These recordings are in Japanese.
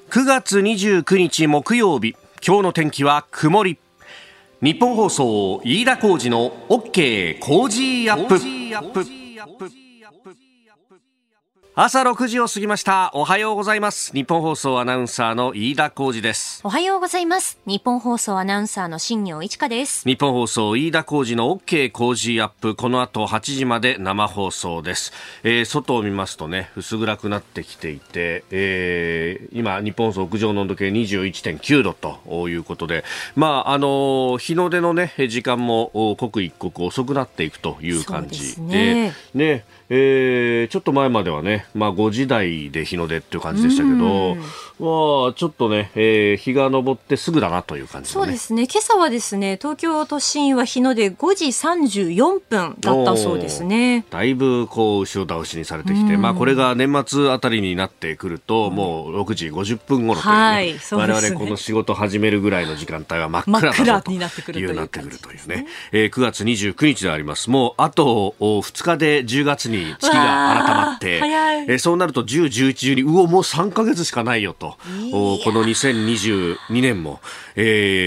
9月29日木曜日、今日の天気は曇り。日本放送飯田浩司の OK 工事アップ。朝6時を過ぎました。おはようございます。日本放送アナウンサーの飯田浩司です。 おはようございます。日本放送アナウンサーの新業一華です。 日本放送飯田浩司の OK 工事アップ、この後8時まで生放送です。外を見ますとね、薄暗くなってきていて、今日本放送屋上の温度計 21.9 度ということで、日の出のね時間も刻一刻遅くなっていくという感じでね。ちょっと前まではね、5時台で日の出っていう感じでしたけど、ちょっとね、日が昇ってすぐだなという感じ、ね、 そうですね。今朝はですね、東京都心は日の出5時34分だったそうですね。 だいぶ後ろ倒しにされてきて、これが年末あたりになってくると、もう6時50分頃というね、 はいそうですね、 我々この仕事始めるぐらいの時間帯は真っ暗だぞというなってくるというね、9月29日であります。もうあと2日で10月に月が改まって、そうなると10、11、12、もう3ヶ月しかないよと、この2022年も、もう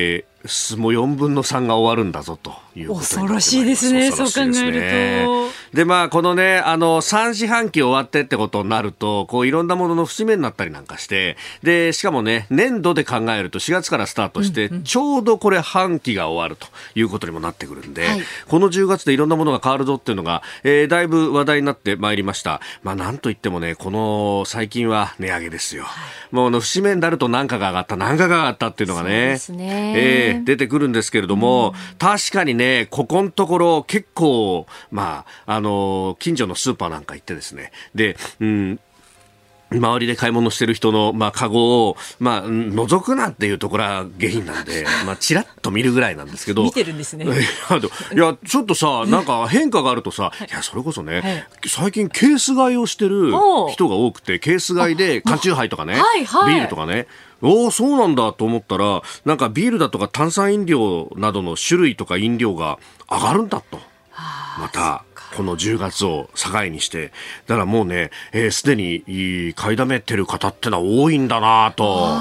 4分の3が終わるんだぞということになってまいります。 恐ろしいですね。そう考えると。 でこのね3四半期終わってってことになると、いろんなものの節目になったりなんかして、でしかもね年度で考えると4月からスタートして、ちょうどこれ半期が終わるということにもなってくるんで、この10月でいろんなものが変わるぞっていうのが、だいぶ話題になってまいりました。なんといってもね、この最近は値上げですよ。もう節目になると何かが上がったっていうのがね、出てくるんですけれども、確かにねここのところ結構近所のスーパーなんか行ってですね、で周りで買い物してる人の、カゴを、覗くなんていうところは下品なんで、チラッと見るぐらいなんですけど。 見てるんですね。 いや、ちょっとさ、なんか変化があるとさ、いや、それこそね、最近ケース買いをしてる人が多くて、ケース買いで缶チューハイとかね、ビールとかね、そうなんだと思ったら、なんかビールだとか炭酸飲料などの種類とか飲料が上がるんだと。またこの10月を境にして、だからもうね、すでに買いだめてる方ってのは多いんだなと。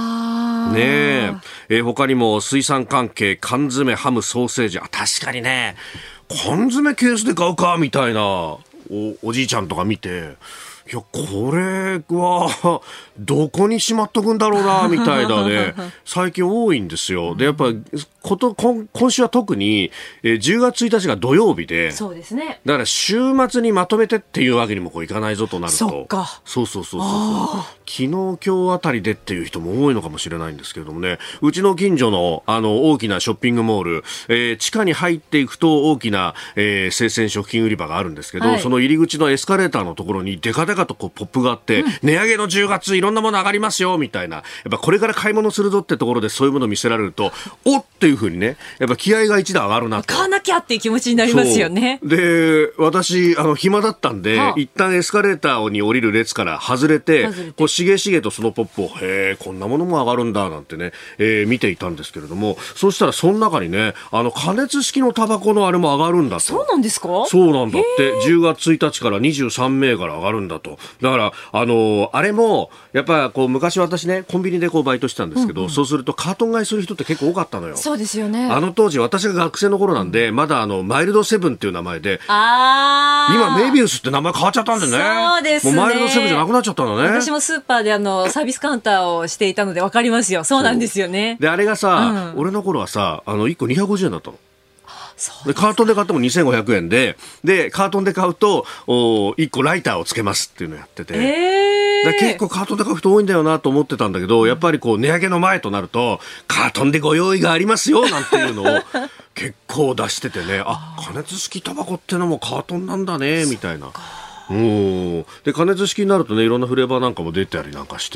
他にも水産関係、缶詰、ハム、ソーセージ、確かにね、缶詰ケースで買うかみたいな おじいちゃんとか見て、いやこれはどこにしまっとくんだろうなみたいなね最近多いんですよ。でやっぱ今週は特に、10月1日が土曜日で、 そうですね、 だから週末にまとめてっていうわけにもいかないぞとなると、そう昨日今日あたりでっていう人も多いのかもしれないんですけれどもね、うちの近所の大きなショッピングモール、地下に入っていくと大きな、生鮮食品売り場があるんですけど、その入り口のエスカレーターのところにデカデカとポップがあって、値上げの10月いろんなもの上がりますよみたいな、やっぱこれから買い物するぞってところでそういうものを見せられると、おっていう風にね、やっぱ気合が一段上がるなと、 買わなきゃっていう気持ちになりますよね。 で私暇だったんで、一旦エスカレーターに降りる列から外れてしげしげとそのポップをこんなものも上がるんだなんてね、見ていたんですけれども、そうしたらその中にね加熱式のタバコのあれも上がるんだと。 そうなんですか？ そうなんだって10月1日から23銘柄上がるんだと。だからあれもやっぱ昔私ねコンビニでバイトしてたんですけど、そうするとカートン買いする人って結構多かったのよ。 そうですよね。 当時私が学生の頃なんで、まだマイルドセブンっていう名前で、今メビウスって名前変わっちゃったんでね。 そうですね。 もうマイルドセブンじゃなくなっちゃったんだね。 私もスーパーでサービスカウンターをしていたので分かりますよ。そうなんですよね。 であれがさ、俺の頃はさ1個250円だったの。でカートンで買っても2500円でカートンで買うと1個ライターをつけますっていうのをやってて、結構カートンで買う人多いんだよなと思ってたんだけど、やっぱり値上げの前となるとカートンでご用意がありますよなんていうのを結構出しててね、加熱式タバコってのもカートンなんだねみたいな。で加熱式になるとね、いろんなフレーバーなんかも出たりなんかして、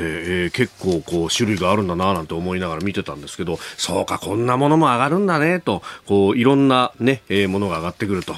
結構種類があるんだななんて思いながら見てたんですけど、そうかこんなものも上がるんだねといろんなね、ものが上がってくると。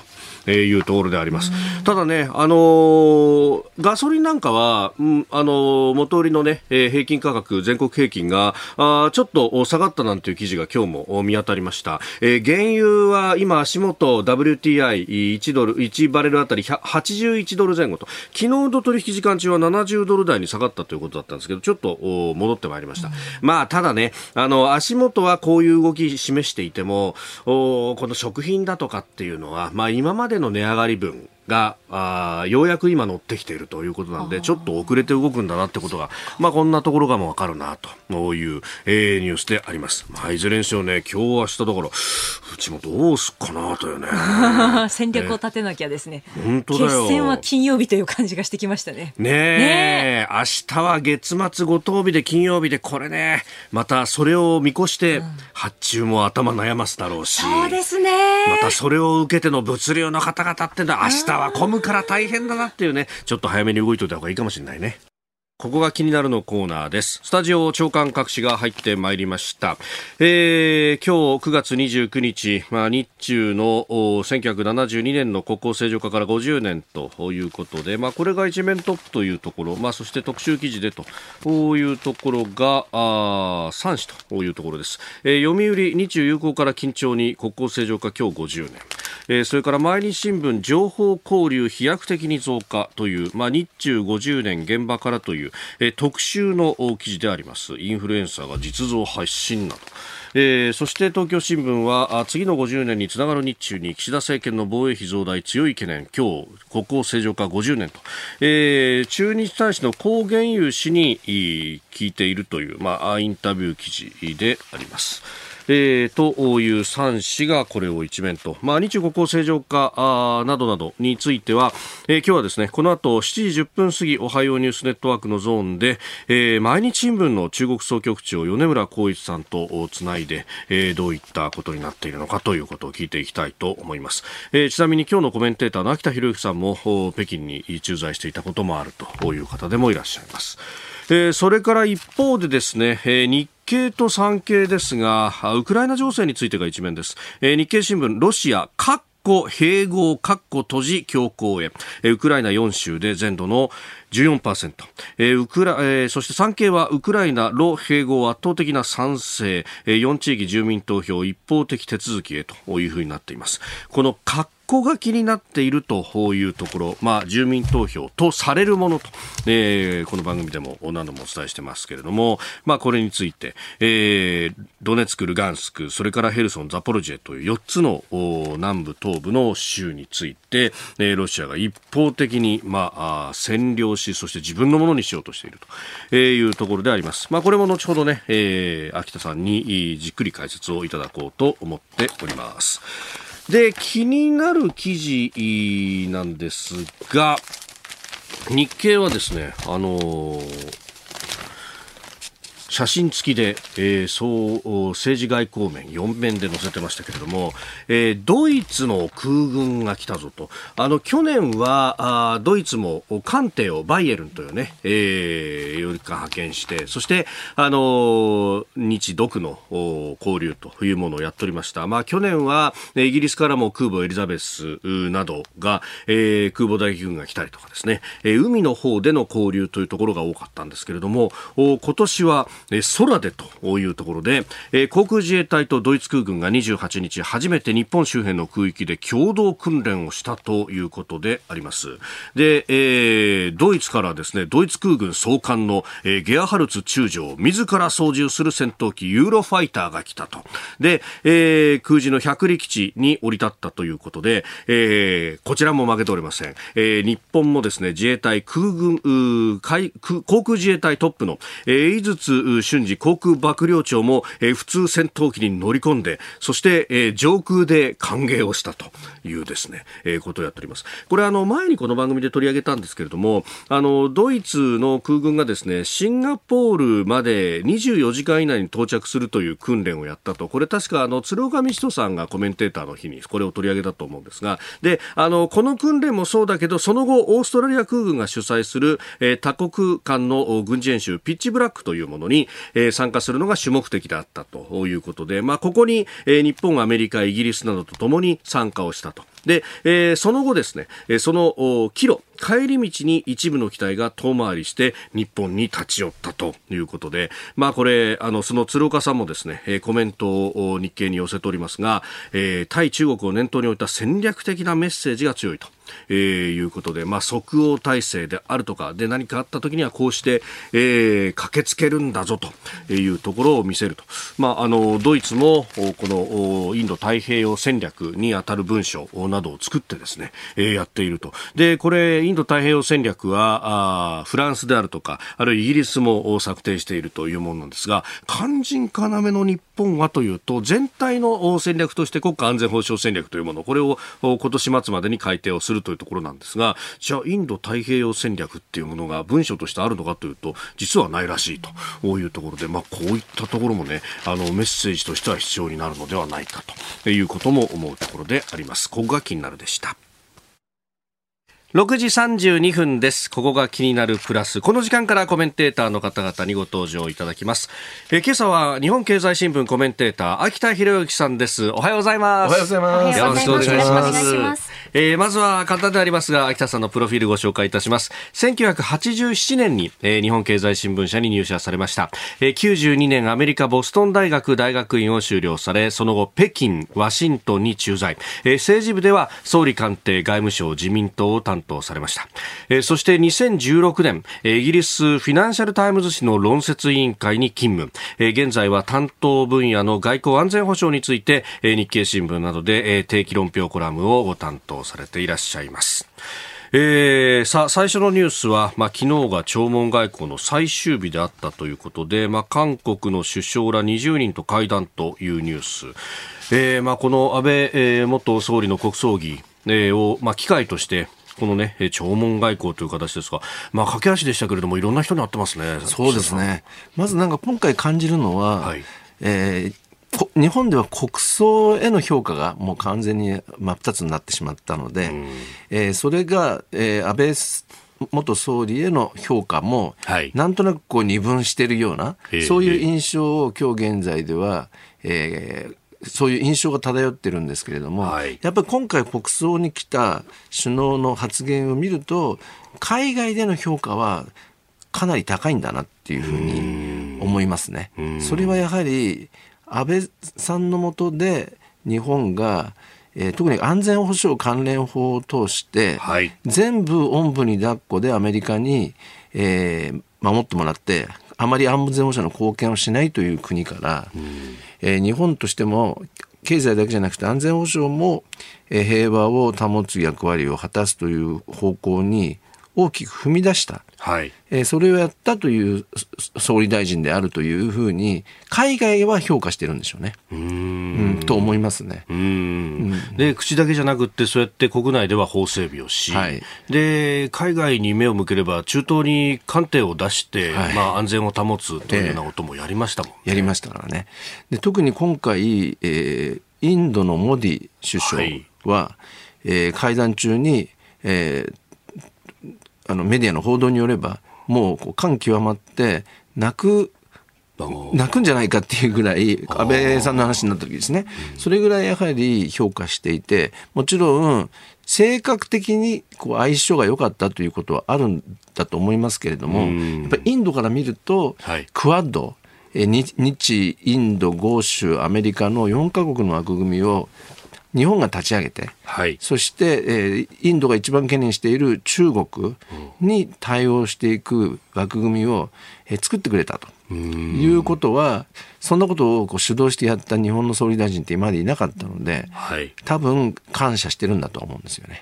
いうところであります。ただね、ガソリンなんかは、元売りのね、平均価格、全国平均がちょっと下がったなんていう記事が今日も見当たりました。原油は今足元 WTI1 ドル、1バレルあたり81ドル前後と、昨日の取引時間中は70ドル台に下がったということだったんですけど、ちょっと戻ってまいりました。まあ、ただね、足元はこういう動き示していても、この食品だとかっていうのは、まあ、今までの値上がり分がようやく今乗ってきているということなんで、ちょっと遅れて動くんだなってことが、まあ、こんなところがもう分かるなという、ニュースであります。まあ、いずれにしろね、今日明日だからうちもどうすっかなというね戦略を立てなきゃですね。 本当だよ。 決戦は金曜日という感じがしてきましたね。 ねえ、明日は月末ご当日で金曜日で、これね、またそれを見越して、発注も頭悩ますだろうし、 そうですね。 またそれを受けての物流の方々ってのは明日は混むから大変だなっていうね、ちょっと早めに動いておいた方がいいかもしれないね。ここが気になるのコーナーです。スタジオ長官各紙が入ってまいりました。今日9月29日、日中の1972年の国交正常化から50年ということで、これが一面トップというところ、そして特集記事でというところが3紙というところです。読売日中友好から緊張に国交正常化今日50年。それから毎日新聞情報交流飛躍的に増加という、日中50年現場からという特集の記事であります。インフルエンサーが実像発信など、そして東京新聞は次の50年につながる日中に岸田政権の防衛費増大強い懸念、今日国交正常化50年と、駐日大使の高原優氏に聞いているという、インタビュー記事であります。という3紙がこれを一面と、日中国交正常化などなどについては、今日はですね、この後7時10分過ぎおはようニュースネットワークのゾーンで、毎日新聞の中国総局長米村光一さんとつないで、どういったことになっているのかということを聞いていきたいと思います。ちなみに今日のコメンテーターの秋田博之さんも北京に駐在していたこともあるという方でもいらっしゃいます。それから一方でですね、日経と産経ですが、ウクライナ情勢についてが一面です。日経新聞、ロシア併合閉じ強行へ、ウクライナ4州で全土の 14%、そして産経はウクライナロ併合圧倒的な賛成、4地域住民投票一方的手続きへというふうになっています。この括弧が気になっているというところ、住民投票とされるものと、この番組でも何度もお伝えしてますけれども、これについて、ドネツク、ルガンスク、それからヘルソン、ザポロジェという4つの南部東部の州について、ロシアが一方的に、占領し、そして自分のものにしようとしているというところであります。これも後ほどね、秋田さんにじっくり解説をいただこうと思っております。で、気になる記事なんですが、日経はですね、写真付きで、政治外交面4面で載せてましたけれども、ドイツの空軍が来たぞと。去年はドイツも艦艇をバイエルンというね、よりか派遣して、そして日独の交流というものをやっておりました。去年はイギリスからも空母エリザベスなどが、空母打撃群が来たりとかですね、海の方での交流というところが多かったんですけれども、今年は空でというところで、航空自衛隊とドイツ空軍が28日初めて日本周辺の空域で共同訓練をしたということであります。で、ドイツからですね、ドイツ空軍総監の、ゲアハルツ中将自ら操縦する戦闘機ユーロファイターが来たと。で、空自の百里基地に降り立ったということで、こちらも負けておりません。日本もですね、自衛隊航空自衛隊トップの、井筒俊二航空幕僚長も、普通戦闘機に乗り込んで、そして、上空で歓迎をしたというですね、ことをやっております。これ前にこの番組で取り上げたんですけれども、ドイツの空軍がですね、シンガポールまで24時間以内に到着するという訓練をやったと。これ確か鶴岡道人さんがコメンテーターの日にこれを取り上げたと思うんですが、で、この訓練もそうだけど、その後オーストラリア空軍が主催する、多国間の軍事演習ピッチブラックというものに、参加するのが主目的であったということで、ここに、日本、アメリカ、イギリスなどとともに参加をしたとで、その後ですね、その帰り道に一部の機体が遠回りして日本に立ち寄ったということで、これその鶴岡さんもですね、コメントを日経に寄せておりますが、対中国を念頭に置いた戦略的なメッセージが強いと。いうことで、即応体制であるとかで何かあった時にはこうして、駆けつけるんだぞというところを見せると、ドイツもこのインド太平洋戦略にあたる文書などを作ってですね、やっていると。でこれインド太平洋戦略はフランスであるとかあるいはイギリスも策定しているというものなんですが、肝心要の日本はというと全体の戦略として国家安全保障戦略というもの、これを今年末までに改定をするというところなんですが、じゃあインド太平洋戦略っていうものが文書としてあるのかというと実はないらしいというところで、こういったところもねメッセージとしては必要になるのではないかということも思うところであります。ここが気になるでした。6時32分です。ここが気になるプラス。この時間からコメンテーターの方々にご登場いただきます。今朝は日本経済新聞コメンテーター秋田博之さんです。おはようございます。 おはようございます。 よろしくお願いします。まずは簡単でありますが秋田さんのプロフィールご紹介いたします。1987年に、日本経済新聞社に入社されました。92年アメリカボストン大学大学院を修了され、その後北京ワシントンに駐在、政治部では総理官邸外務省自民党を担当されました。そして2016年イギリスフィナンシャルタイムズ紙の論説委員会に勤務、現在は担当分野の外交安全保障について日経新聞などで定期論評コラムをご担当されていらっしゃいます。最初のニュースは、昨日が弔問外交の最終日であったということで、韓国の首相ら20人と会談というニュース、この安倍、元総理の国葬儀、を、機会としてこのね弔問外交という形ですが、駆け足でしたけれどもいろんな人に会ってますね。 そうですね。まず今回感じるのは、日本では国葬への評価がもう完全に真っ二つになってしまったので、それが、安倍元総理への評価も、なんとなく二分しているような、そういう印象を今日現在では、そういう印象が漂ってるんですけれども、やっぱり今回国葬に来た首脳の発言を見ると海外での評価はかなり高いんだなっていうふうに思いますね。それはやはり安倍さんの下で日本が、特に安全保障関連法を通して、全部おんぶに抱っこでアメリカに、守ってもらってあまり安全保障の貢献をしないという国から、日本としても経済だけじゃなくて安全保障も、平和を保つ役割を果たすという方向に大きく踏み出した、それをやったという総理大臣であるというふうに海外は評価してるんでしょうね。と思いますね。 で口だけじゃなくってそうやって国内では法整備をし、で海外に目を向ければ中東に艦艇を出して、安全を保つというようなこともやりましたもんね。 やりましたからね。で特に今回、インドのモディ首相は、会談中に、メディアの報道によればもう感極まって泣くんじゃないかっていうぐらい安倍さんの話になった時ですね、それぐらいやはり評価していて、もちろん性格的に相性が良かったということはあるんだと思いますけれども、やっぱりインドから見ると、クアッド、日インド豪州アメリカの4カ国の枠組みを日本が立ち上げて、そして、インドが一番懸念している中国に対応していく枠組みを、作ってくれたということは、そんなことを主導してやった日本の総理大臣って今までいなかったので、多分感謝してるんだと思うんですよね。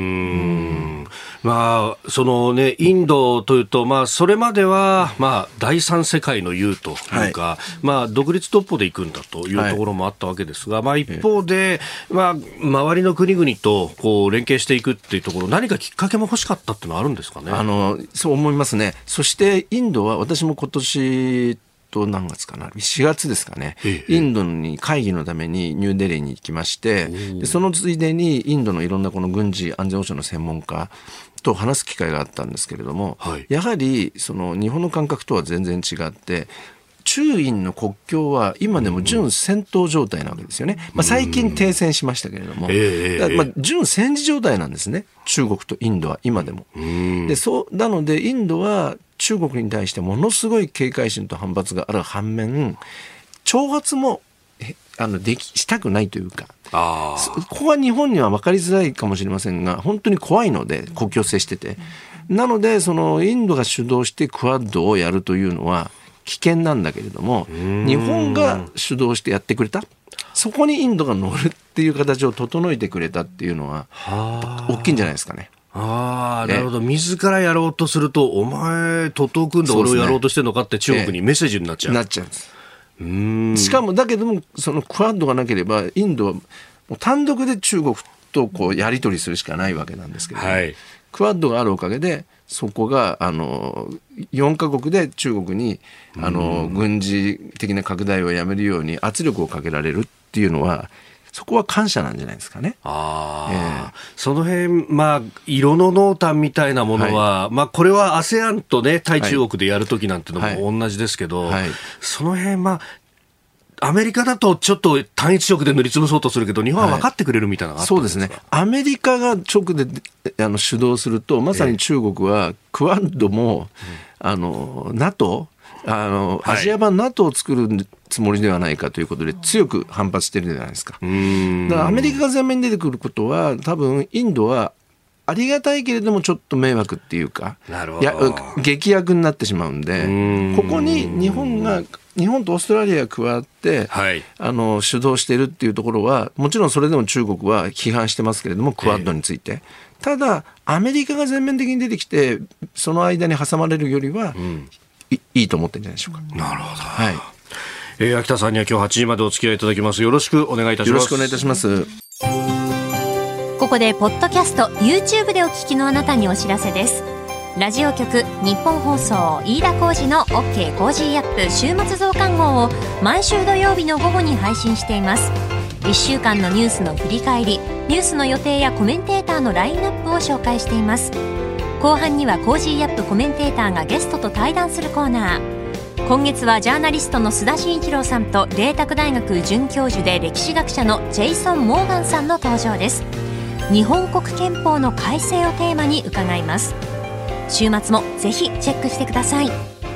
そのねインドというと、それまでは、第三世界の雄というか、独立独歩で行くんだというところもあったわけですが、一方で、周りの国々と連携していくっていうところ、何かきっかけも欲しかったっていうのはあるんですかね。 そう思いますね。そしてインドは私も今年何月かな、4月ですかね、インドに会議のためにニューデリーに行きまして、でそのついでにインドのいろんなこの軍事安全保障の専門家と話す機会があったんですけれども、やはりその日本の感覚とは全然違って、 中印の国境は今でも準戦闘状態なわけですよね。最近停戦しましたけれども、準戦時状態なんですね、中国とインドは今でも。なのでインドは中国に対してものすごい警戒心と反発がある反面、挑発もしたくないというか、ここは日本には分かりづらいかもしれませんが、本当に怖いので、国境を接してて。なのでそのインドが主導してクアッドをやるというのは危険なんだけれども、日本が主導してやってくれた、そこにインドが乗るっていう形を整えてくれたっていうのは大きいんじゃないですかね。 なるほど。自らやろうとすると、お前徒党組んで俺をやろうとしてるのかって中国にメッセージになっちゃう。 なっちゃうんです。しかもだけども、そのクアッドがなければインドはもう単独で中国とこうやり取りするしかないわけなんですけど、クアッドがあるおかげでそこが4カ国で中国に軍事的な拡大をやめるように圧力をかけられるっていうのは、そこは感謝なんじゃないですかね。 その辺、色の濃淡みたいなものは、これは ASEAN とね、対中国でやるときなんてのも同じですけど、その辺、アメリカだとちょっと単一色で塗りつぶそうとするけど、日本は分かってくれるみたいなのがあったんですか？ そうですね。アメリカが直で主導すると、まさに中国はクアッドも、NATO、アジア版 NATO を作るつもりではないかということで強く反発してるじゃないですか。だからアメリカが前面に出てくることは、多分インドはありがたいけれどもちょっと迷惑っていうか、劇薬になってしまうんで、ここに日本とオーストラリアが加わって、主導しているっていうところは、もちろんそれでも中国は批判してますけれども、クアッドについて。ただアメリカが全面的に出てきてその間に挟まれるよりは、いいと思ってるんじゃないでしょうか。 なるほど。秋田さんには今日8時までお付き合いいただきます。よろしくお願いいたします。 よろしくお願いいたします。 ここでポッドキャスト YouTube でお聞きのあなたにお知らせです。ラジオ局日本放送飯田浩司の OK コージーアップ週末増刊号を毎週土曜日の午後に配信しています。1週間のニュースの振り返り、ニュースの予定やコメンテーターのラインナップを紹介しています。後半にはコージーアップコメンテーターがゲストと対談するコーナー。今月はジャーナリストの須田慎一郎さんと麗澤大学准教授で歴史学者のジェイソン・モーガンさんの登場です。日本国憲法の改正をテーマに伺います。週末もぜひチェックしてください。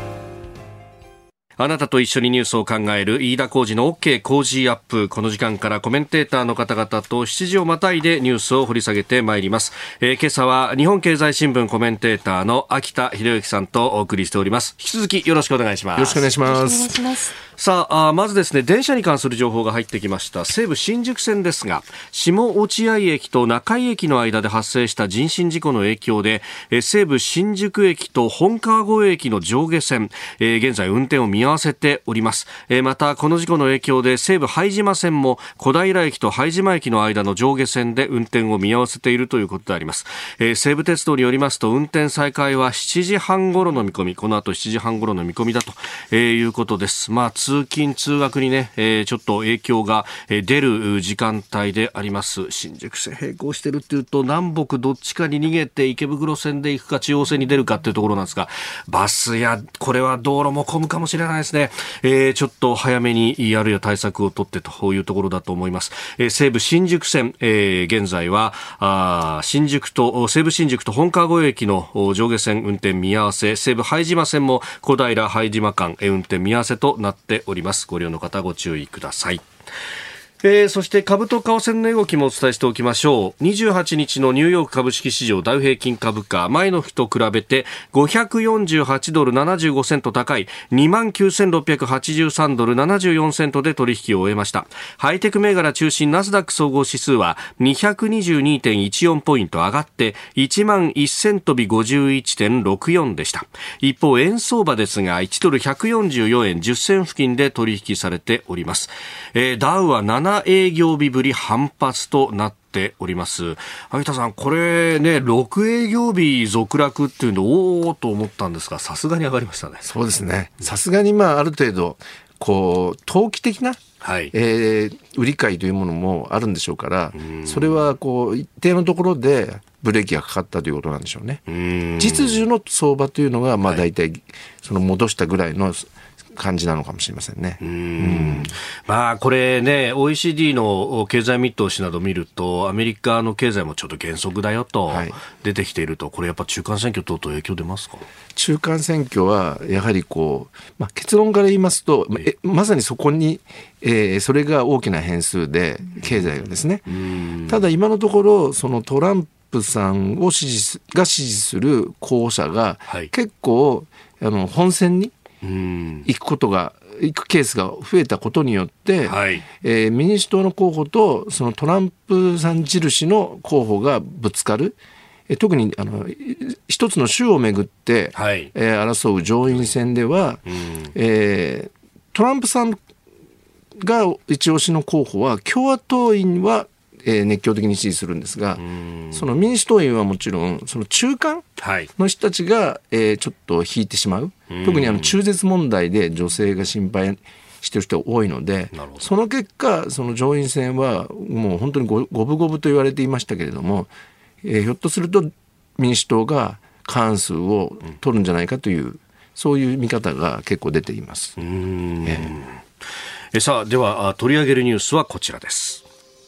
あなたと一緒にニュースを考える飯田浩司の OK 工事アップ。この時間からコメンテーターの方々と7時をまたいでニュースを掘り下げてまいります。今朝は日本経済新聞コメンテーターの秋田博之さんとお送りしております。引き続きよろしくお願いします。 よろしくお願いします。 さあ、まずですね、電車に関する情報が入ってきました。西武新宿線ですが、下落合駅と中井駅の間で発生した人身事故の影響で、西武新宿駅と本川越駅の上下線、現在運転を見合わせております。またこの事故の影響で西武拝島線も小平駅と拝島駅の間の上下線で運転を見合わせているということであります。西武鉄道によりますと、運転再開は7時半頃の見込み、この後7時半頃の見込みだということです。通勤通学にね、ちょっと影響が出る時間帯であります。新宿線並行してるっていうと、南北どっちかに逃げて池袋線で行くか中央線に出るかっていうところなんですが、バスやこれは道路も混むかもしれないですね。ちょっと早めにあるいは対策を取ってというところだと思います。西武新宿線、現在は西武新宿と本川越駅の上下線運転見合わせ、西武拝島線も小平拝島間運転見合わせとなっております。ご利用の方ご注意ください。そして株と為替の値動きもお伝えしておきましょう。28日のニューヨーク株式市場ダウ平均株価、前の日と比べて548ドル75セント高い 29,683 ドル74セントで取引を終えました。ハイテク銘柄中心ナスダック総合指数は 222.14 ポイント上がって11,000飛び 51.64 でした。一方円相場ですが1ドル144円10銭付近で取引されております。ダウは7営業日ぶり反発となっております。秋田さん、これね、6営業日続落っていうのおーと思ったんですが、さすがに上がりましたね。 そうですね。さすがにある程度投機的な、売り買いというものもあるんでしょうから、それは一定のところでブレーキがかかったということなんでしょうね。実需の相場というのが大体その戻したぐらいの感じなのかもしれませんね。 まあこれね OECD の経済見通しなど見るとアメリカの経済もちょっと減速だよと出てきていると、これやっぱ中間選挙等々影響出ますか？ 中間選挙はやはり結論から言いますと、まさにそこに、それが大きな変数で経済がですね。ただ今のところそのトランプさんを支持する候補者が結構、本選に行くケースが増えたことによって、民主党の候補とそのトランプさん印の候補がぶつかる。特に一つの州をめぐって、争う上院選では、トランプさんが一押しの候補は共和党員は熱狂的に支持するんですが、その民主党員はもちろんその中間の人たちがちょっと引いてしまう。特に中絶問題で女性が心配している人が多いので、その結果その上院選はもう本当に五分五分と言われていましたけれども、ひょっとすると民主党が過半数を取るんじゃないかという、そういう見方が結構出ています。 さあでは取り上げるニュースはこちらです。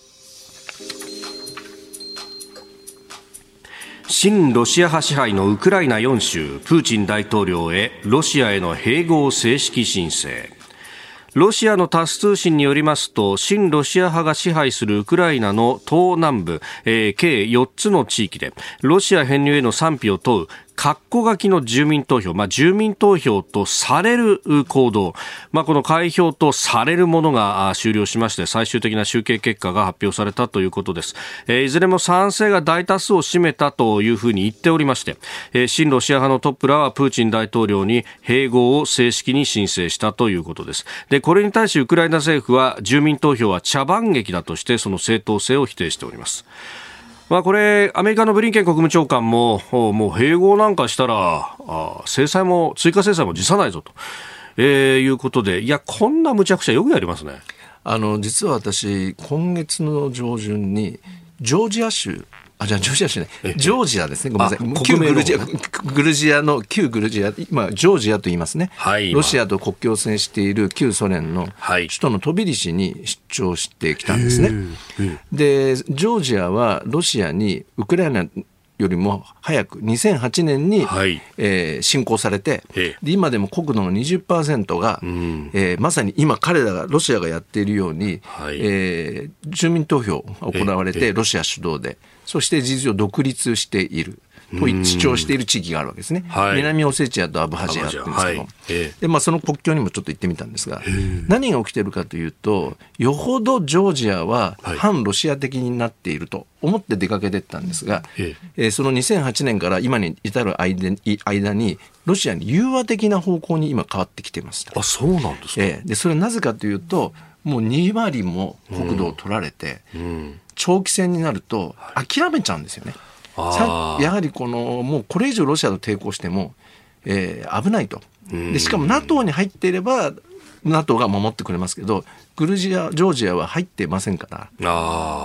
親ロシア派支配のウクライナ4州、プーチン大統領へロシアへの併合正式申請。ロシアのタス通信によりますと、親ロシア派が支配するウクライナの東南部、計4つの地域でロシア編入への賛否を問う括弧書きの住民投票、住民投票とされる行動、この開票とされるものが終了しまして、最終的な集計結果が発表されたということです。いずれも賛成が大多数を占めたというふうに言っておりまして、親ロシア派のトップらはプーチン大統領に併合を正式に申請したということです。で、これに対しウクライナ政府は住民投票は茶番劇だとしてその正当性を否定しております。これアメリカのブリンケン国務長官ももう併合なんかしたら追加制裁も辞さないぞと、いうことで、いやこんな無茶苦茶よくやりますね。 実は私今月の上旬にジョージア州ジョージアですね。ごめんなさい。旧グルジア、今ジョージアと言いますね。ロシアと国境を接している旧ソ連の首都のトビリシに出張してきたんですね。で、ジョージアはロシアにウクライナよりも早く2008年に、侵攻されて、で今でも国土の 20% が、まさに今ロシアがやっているように、住民投票が行われて、ロシア主導で、そして事実上独立していると主張している地域があるわけですね。南オセチアとアブハジアって言うんですけど、でその国境にもちょっと行ってみたんですが、何が起きているかというと、よほどジョージアは反ロシア的になっていると思って出かけていったんですが、その2008年から今に至る間にロシアに融和的な方向に今変わってきています。 そうなんですか。 でそれはなぜかというと、もう2割も国土を取られて、長期戦になると諦めちゃうんですよね。やはりもうこれ以上ロシアと抵抗しても、危ないと。でしかも NATO に入っていれば NATO が守ってくれますけど、ジョージアは入ってませんから。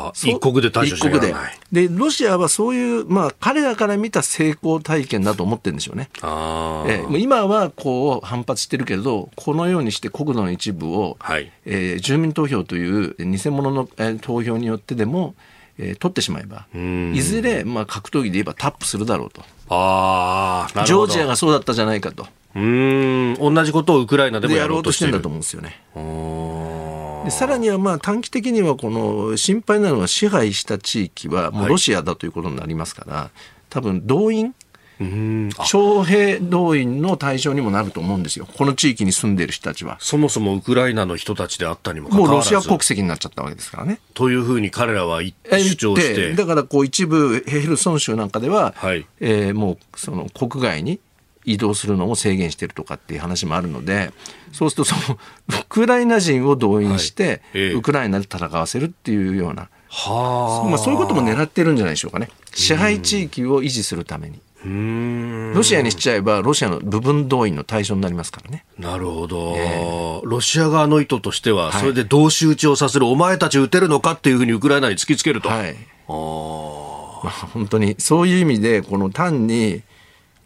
一国で対処しなきゃいけない。 でロシアはそういう、彼らから見た成功体験だと思ってるんでしょうね。今はこう反発してるけど、このようにして国土の一部を、住民投票という偽物の、投票によってでも取ってしまえば、いずれ、格闘技で言えばタップするだろうと。ジョージアがそうだったじゃないかと。 同じことをウクライナでもやろうとしてる。 やろうとしてるんだと思うんですよね。でさらには短期的にはこの心配なのは、支配した地域はもうロシアだということになりますから、多分動員、徴兵動員の対象にもなると思うんですよ。この地域に住んでいる人たちはそもそもウクライナの人たちであったにもかかわらず、 もうロシア国籍になっちゃったわけですからね。 というふうに彼らは主張して、 だから一部ヘルソン州なんかでは、もうその国外に移動するのを制限しているとかっていう話もあるので、そうするとそのウクライナ人を動員して、ウクライナで戦わせるっていうような、そういうことも狙ってるんじゃないでしょうかね。支配地域を維持するために。ロシアにしちゃえばロシアの部分動員の対象になりますからね。 なるほど、ロシア側の意図としては、それで同士討ちをさせる、お前たち撃てるのかっていうふうにウクライナに突きつけると。 本当にそういう意味で、単に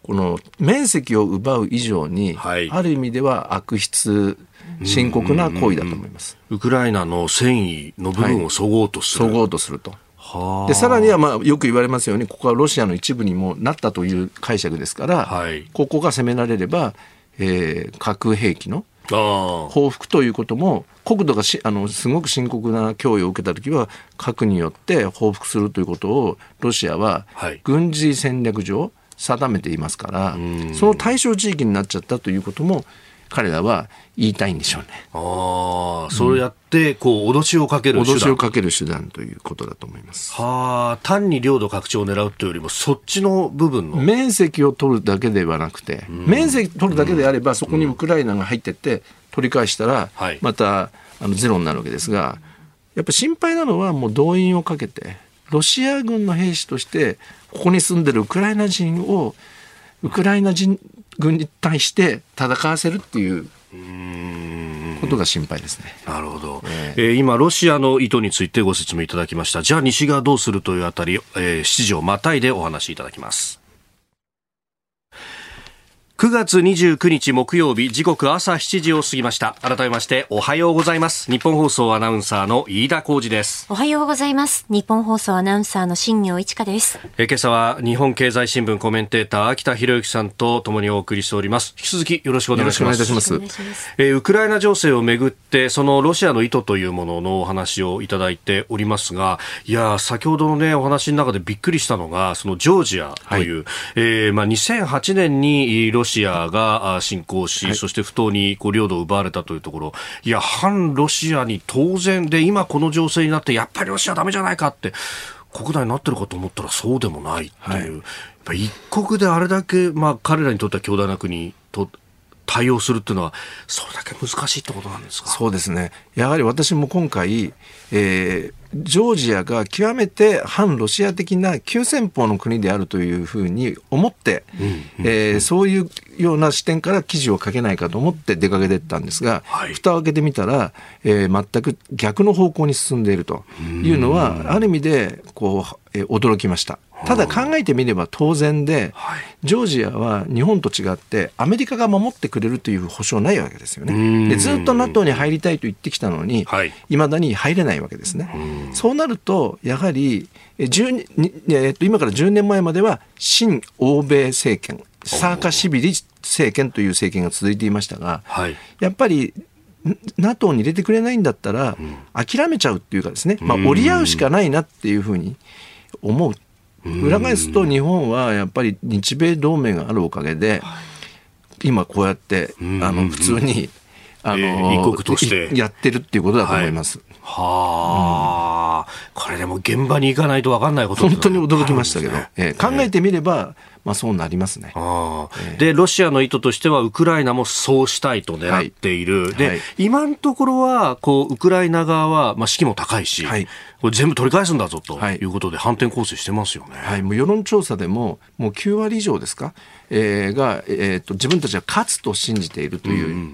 この面積を奪う以上に、 はい、 ある意味では悪質深刻な行為だと思います。 ウクライナの戦意の部分をそごうとする、 そごうとすると。でさらにはよく言われますように、ここはロシアの一部にもなったという解釈ですから、はい、ここが攻められれば、核兵器の報復ということも、国土がすごく深刻な脅威を受けたときは核によって報復するということをロシアは軍事戦略上定めていますから、その対象地域になっちゃったということも彼らは言いたいんでしょうね。 そうやって脅しをかける手段、 脅しをかける手段ということだと思います。 単に領土拡張を狙うというよりも、そっちの部分の面積を取るだけではなくて、面積取るだけであれば、そこにウクライナが入っていって取り返したらまたゼロになるわけですが、やっぱり心配なのは、もう動員をかけてロシア軍の兵士としてここに住んでるウクライナ人をウクライナ人軍に対して戦わせるっていうことが心配ですね。 なるほど。今ロシアの意図についてご説明いただきました。じゃあ西側どうするというあたり、7時をまたいでお話しいただきます。9月29日木曜日、時刻朝7時を過ぎました。改めましておはようございます。日本放送アナウンサーの飯田浩司です。 おはようございます。日本放送アナウンサーの新業一華です。 今朝は日本経済新聞コメンテーター秋田博之さんと共にお送りしております。引き続きよろしくお願いします。 よろしくお願いいたします。 ウクライナ情勢をめぐってそのロシアの意図というもののお話をいただいておりますが、いや先ほどのねお話の中でびっくりしたのが、そのジョージアという、2008年にロシアが侵攻し、そして不当に領土を奪われたというところ、いや反ロシアに当然で、今この情勢になってやっぱりロシアダメじゃないかって国内になってるかと思ったらそうでもないっていう、やっぱ一国であれだけ、彼らにとっては強大な国と対応するっていうのはそれだけ難しいってことなんですか。 そうですね。やはり私も今回、ジョージアが極めて反ロシア的な急先鋒の国であるというふうに思って、そういうような視点から記事を書けないかと思って出かけていったんですが、蓋を開けてみたら、全く逆の方向に進んでいるというのは、ある意味で驚きました。ただ考えてみれば当然で、ジョージアは日本と違ってアメリカが守ってくれるという保証ないわけですよね。でずっと NATO に入りたいと言ってきたのに、未だに入れないわけですね。そうなるとやはり今から10年前までは親欧米政権、サーカシビリ政権という政権が続いていましたが、やっぱりNATO に入れてくれないんだったら諦めちゃうっていうかですね、折り合うしかないなっていうふうに思う。裏返すと日本はやっぱり日米同盟があるおかげで、今こうやって普通に一国としてやってるっていうことだと思います。 これでも現場に行かないと分かんないこと本当に驚きましたけど、考えてみればそうなりますね。 でロシアの意図としてはウクライナもそうしたいと狙っている、で今のところはウクライナ側は、士気も高いし、これ全部取り返すんだぞということで反転攻勢してますよね。 もう世論調査でもう9割以上ですか、が、自分たちは勝つと信じているという、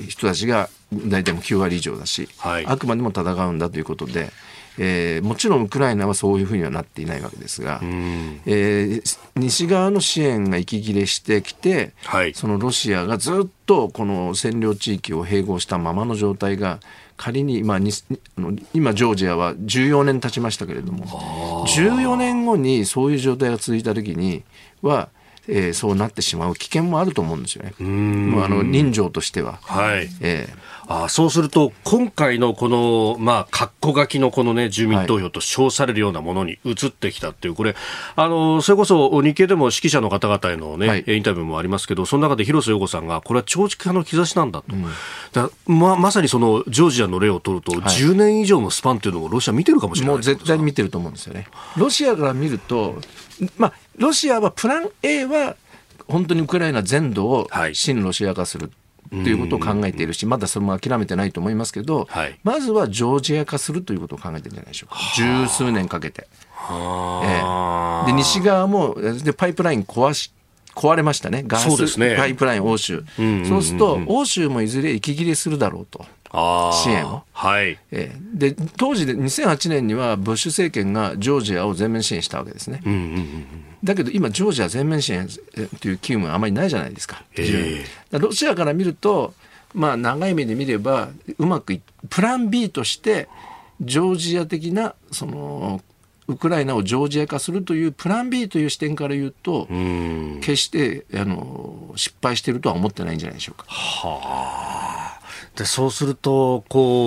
人たちが大体もう9割以上だし、あくまでも戦うんだということで、もちろんウクライナはそういうふうにはなっていないわけですが、西側の支援が息切れしてきて、そのロシアがずっとこの占領地域を併合したままの状態が仮に今ジョージアは14年経ちましたけれども、14年後にそういう状態が続いた時には、そうなってしまう危険もあると思うんですよね。人情としては。 そうすると今回のこの括弧書きのこのね住民投票と称されるようなものに移ってきたっていう、これそれこそ日経でも指揮者の方々へのね、インタビューもありますけど、その中で広瀬陽子さんがこれは長期化の兆しなんだと、まさにそのジョージアの例を取ると、10年以上のスパンっていうのをロシア見てるかもしれない。 もう絶対に見てると思うんですよね。ロシアから見ると、ロシアはプラン A は本当にウクライナ全土を親ロシア化するということを考えているし、まだそれも諦めてないと思いますけど、まずはジョージア化するということを考えてるんじゃないでしょうか。十数年かけて。で西側もパイプライン壊し壊れましたね、ガスパイプライン欧州、そうすると欧州もいずれ息切れするだろうと、支援を、で当時で2008年にはブッシュ政権がジョージアを全面支援したわけですね、だけど今ジョージア全面支援という機運はあまりないじゃないですか、ロシアから見ると、長い目で見ればうまくプラン B としてジョージア的なそのウクライナをジョージア化するというプラン B という視点から言うと、決して失敗しているとは思ってないんじゃないでしょうか。 でそうすると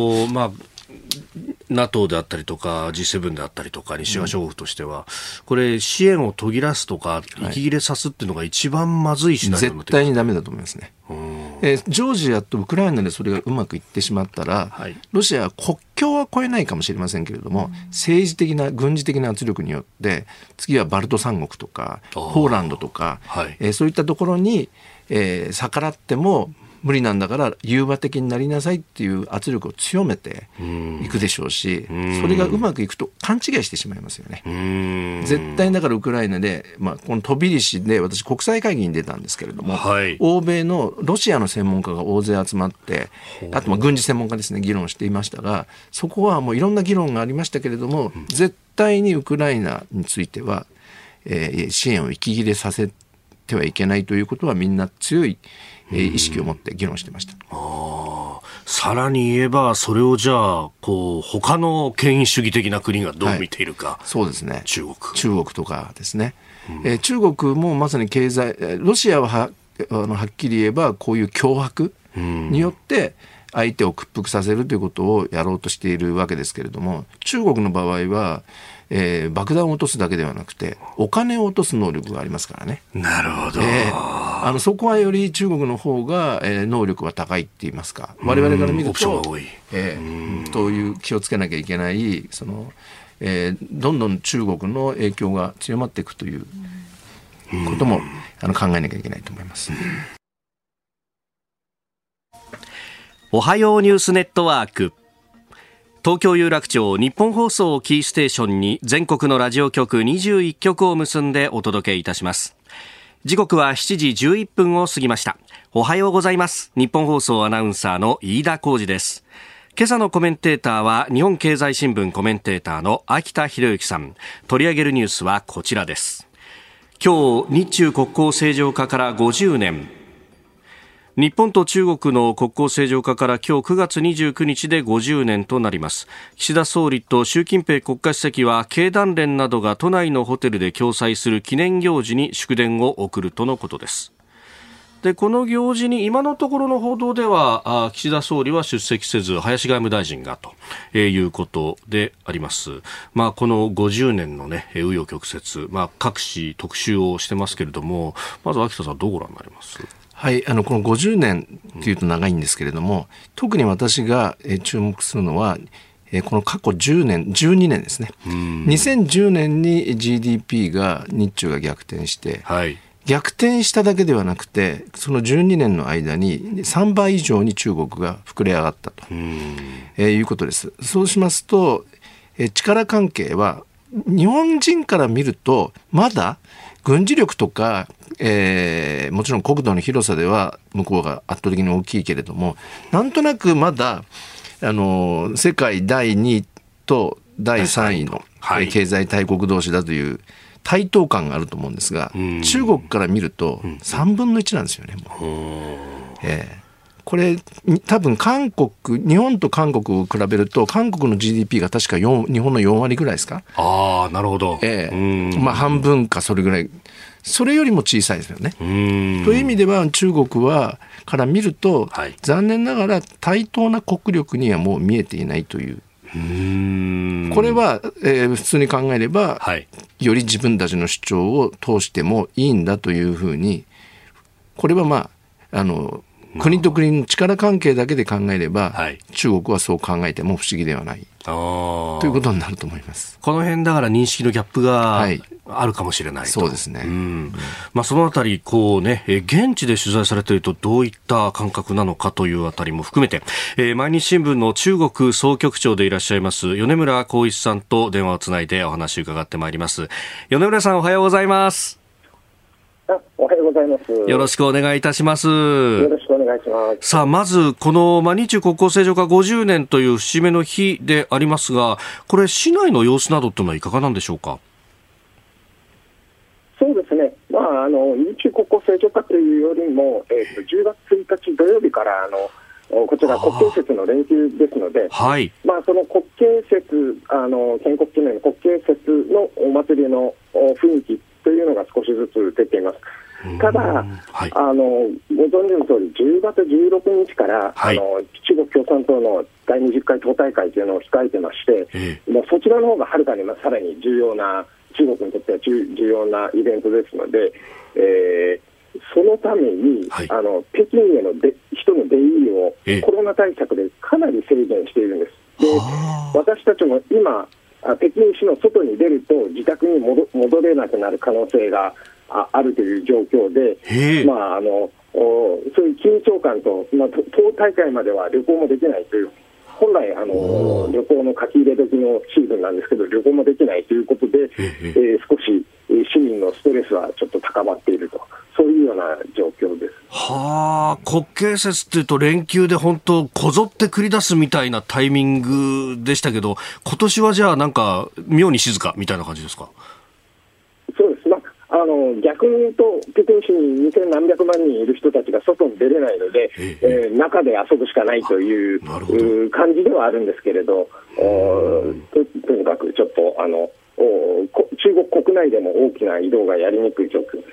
NATO であったりとか G7 であったりとか西側諸国としては、これ支援を途切らすとか息切れさすっていうのが一番まずいしな、 絶対にダメだと思いますね。ジョージアとウクライナでそれがうまくいってしまったら、ロシアは国境は越えないかもしれませんけれども、政治的な軍事的な圧力によって次はバルト三国とかポーランドとか、そういったところに、逆らっても無理なんだから融和的になりなさいっていう圧力を強めていくでしょうし、それがうまくいくと勘違いしてしまいますよね。絶対だからウクライナで、このトビリシで私国際会議に出たんですけれども、欧米のロシアの専門家が大勢集まって、あと軍事専門家ですね、議論していましたが、そこはもういろんな議論がありましたけれども、絶対にウクライナについては、支援を息切れさせてはいけないということはみんな強い意識を持って議論してました。 さらに言えばそれをじゃあ他の権威主義的な国がどう見ているか、 そうですね、 中国とかですね、中国もまさに経済、ロシアははっきり言えばこういう脅迫によって相手を屈服させるということをやろうとしているわけですけれども、中国の場合は爆弾を落とすだけではなくてお金を落とす能力がありますからね。 なるほど、 そこはより中国の方が、能力は高いって言いますか、我々から見るとオプションが多い、 という気をつけなきゃいけないどんどん中国の影響が強まっていくということも考えなきゃいけないと思います。 おはようニュースネットワーク、東京有楽町日本放送をキーステーションに全国のラジオ局21局を結んでお届けいたします。時刻は7時11分を過ぎました。おはようございます。日本放送アナウンサーの飯田浩司です。今朝のコメンテーターは日本経済新聞コメンテーターの秋田博之さん。取り上げるニュースはこちらです。今日、日中国交正常化から50年。日本と中国の国交正常化から今日9月29日で50年となります。岸田総理と習近平国家主席は経団連などが都内のホテルで共催する記念行事に祝電を送るとのことです。でこの行事に今のところの報道では岸田総理は出席せず林外務大臣がということであります。この50年のね紆余曲折、各紙特集をしてますけれども、まず秋田さんどうご覧になります？ はい、この50年というと長いんですけれども、特に私が注目するのはこの過去10年12年ですね。2010年に GDP が日中が逆転して、逆転しただけではなくてその12年の間に3倍以上に中国が膨れ上がったということです。そうしますと力関係は日本人から見るとまだ軍事力とか、もちろん国土の広さでは向こうが圧倒的に大きいけれども、なんとなくまだ世界第2位と第3位の経済大国同士だという対等感があると思うんですが、中国から見ると3分の1なんですよね。これ多分日本と韓国を比べると韓国の GDP が確か日本の4割ぐらいですか。 なるほど、 半分かそれぐらい、それよりも小さいですよね。という意味では中国から見ると、残念ながら対等な国力にはもう見えていないという。これは、普通に考えれば、より自分たちの主張を通してもいいんだというふうに、これは国と国の力関係だけで考えれば、中国はそう考えても不思議ではないということになると思います。 この辺だから認識のギャップがあるかもしれないと。 そうですね。 そのあたり現地で取材されているとどういった感覚なのかというあたりも含めて、毎日新聞の中国総局長でいらっしゃいます米村光一さんと電話をつないでお話を伺ってまいります。米村さん、おはようございます。 おはようございます。 よろしくお願いいたします。 よろしくお願いします。 さあ、まずこの、日中国交正常化50年という節目の日でありますが、これ市内の様子などというのはいかがなんでしょうか。 そうですね、日中国交正常化というよりも、10月1日土曜日からこちら国慶節の連休ですので、 はい、 その国慶節、建国記念の国慶節のお祭りの雰囲気というのが少しずつ出ています。ただ、はい、ご存知の通り10月16日から、はい、中国共産党の第20回党大会というのを控えてまして、もうそちらの方がはるかにさらに重要な、中国にとっては重要なイベントですので、そのために、はい、北京への人の出入りをコロナ対策でかなり制限しているんです。で、私たちも今北京市の外に出ると自宅に戻れなくなる可能性があるという状況で、そういう緊張感と、党大会までは旅行もできないという、本来旅行の書き入れ時のシーズンなんですけど、旅行もできないということで、少し市民のストレスはちょっと高まっていると、そういうような状況です。 はあ、国慶節っていうと連休で本当こぞって繰り出すみたいなタイミングでしたけど、今年はじゃあなんか妙に静かみたいな感じですか。 そうです、逆に言うと北京市に2000何百万人いる人たちが外に出れないので、中で遊ぶしかないという感じではあるんですけれど、とにかくちょっと中国国内でも大きな移動がやりにくい状況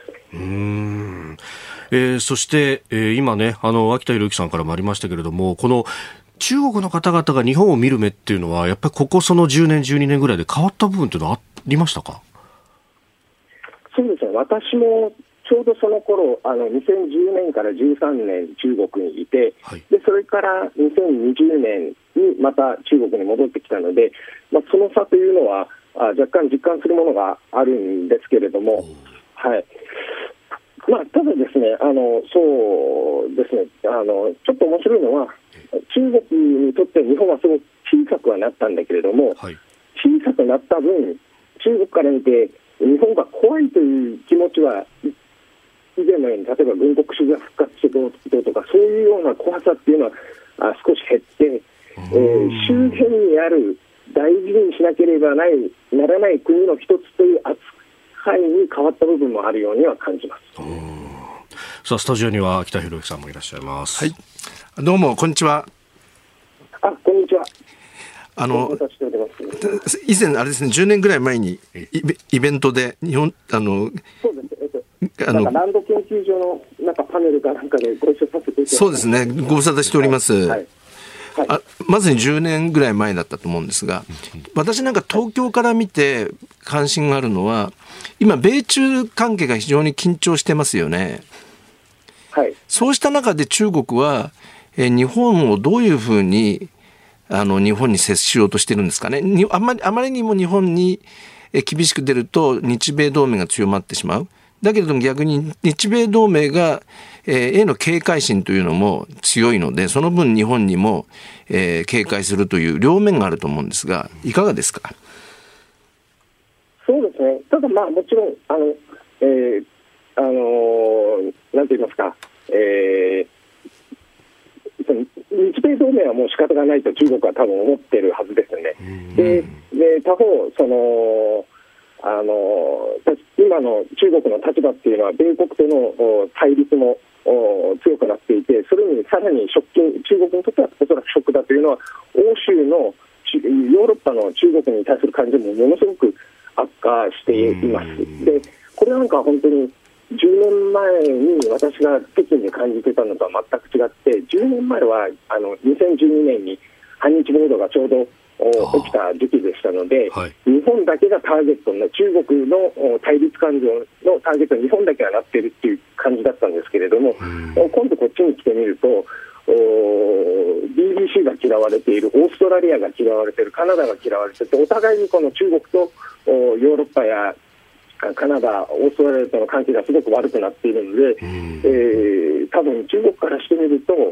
です。 そして、今ね、秋田博之さんからもありましたけれども、この中国の方々が日本を見る目っていうのはやっぱりここその10年12年ぐらいで変わった部分っていうのはありましたか。 そうですね、私もちょうどその頃2010年から13年中国にいて、はい、でそれから2020年にまた中国に戻ってきたので、その差というのは若干実感するものがあるんですけれども、はい、ただですね、そうですね、ちょっと面白いのは、中国にとって日本はすごく小さくはなったんだけれども、はい、小さくなった分、中国から見て日本が怖いという気持ちは以前のように、例えば軍国主義が復活してどうとか、そういうような怖さっていうのは少し減って、周辺にある大事にしなければならない国の一つという扱いに変わった部分もあるようには感じます。 さあ、スタジオには秋田博之さんもいらっしゃいます。 はい、どうもこんにちは。 こんにちは。 以前あれですね、10年ぐらい前にイベントで日本そうですね、ランド研究所のなんかパネルかなんかでご一緒させていただきます。 そうですね、ご無沙汰しております。はい、まずに10年ぐらい前だったと思うんですが、私なんか東京から見て関心があるのは、今米中関係が非常に緊張してますよね。 はい、 そうした中で中国は日本をどういうふうに日本に接しようとしてるんですかね。あまりにも日本に厳しく出ると日米同盟が強まってしまう。だけれども逆に日米同盟がへの警戒心というのも強いので、その分日本にも警戒するという両面があると思うんですが、いかがですか。 そうですね、ただもちろんなんて言いますか、日米同盟はもう仕方がないと中国は多分思ってるはずですよね。で他方今の中国の立場っていうのは米国との対立も強くなっていて、それにさらに中国にとってはおそらくショックだというのは、欧州のヨーロッパの中国に対する感情もものすごく悪化しています。でこれなんか本当に10年前に私が北京で感じてたのとは全く違って、10年前は2012年に反日暴動がちょうど起きた時期でしたので、はい、日本だけがターゲットの、中国の対立感情のターゲットに日本だけがなっているっていう感じだったんですけれども、今度こっちに来てみるとBBC が嫌われている、オーストラリアが嫌われている、カナダが嫌われていて、お互いにこの中国とヨーロッパやカナダ、オーストラリアとの関係がすごく悪くなっているので、多分中国からしてみると、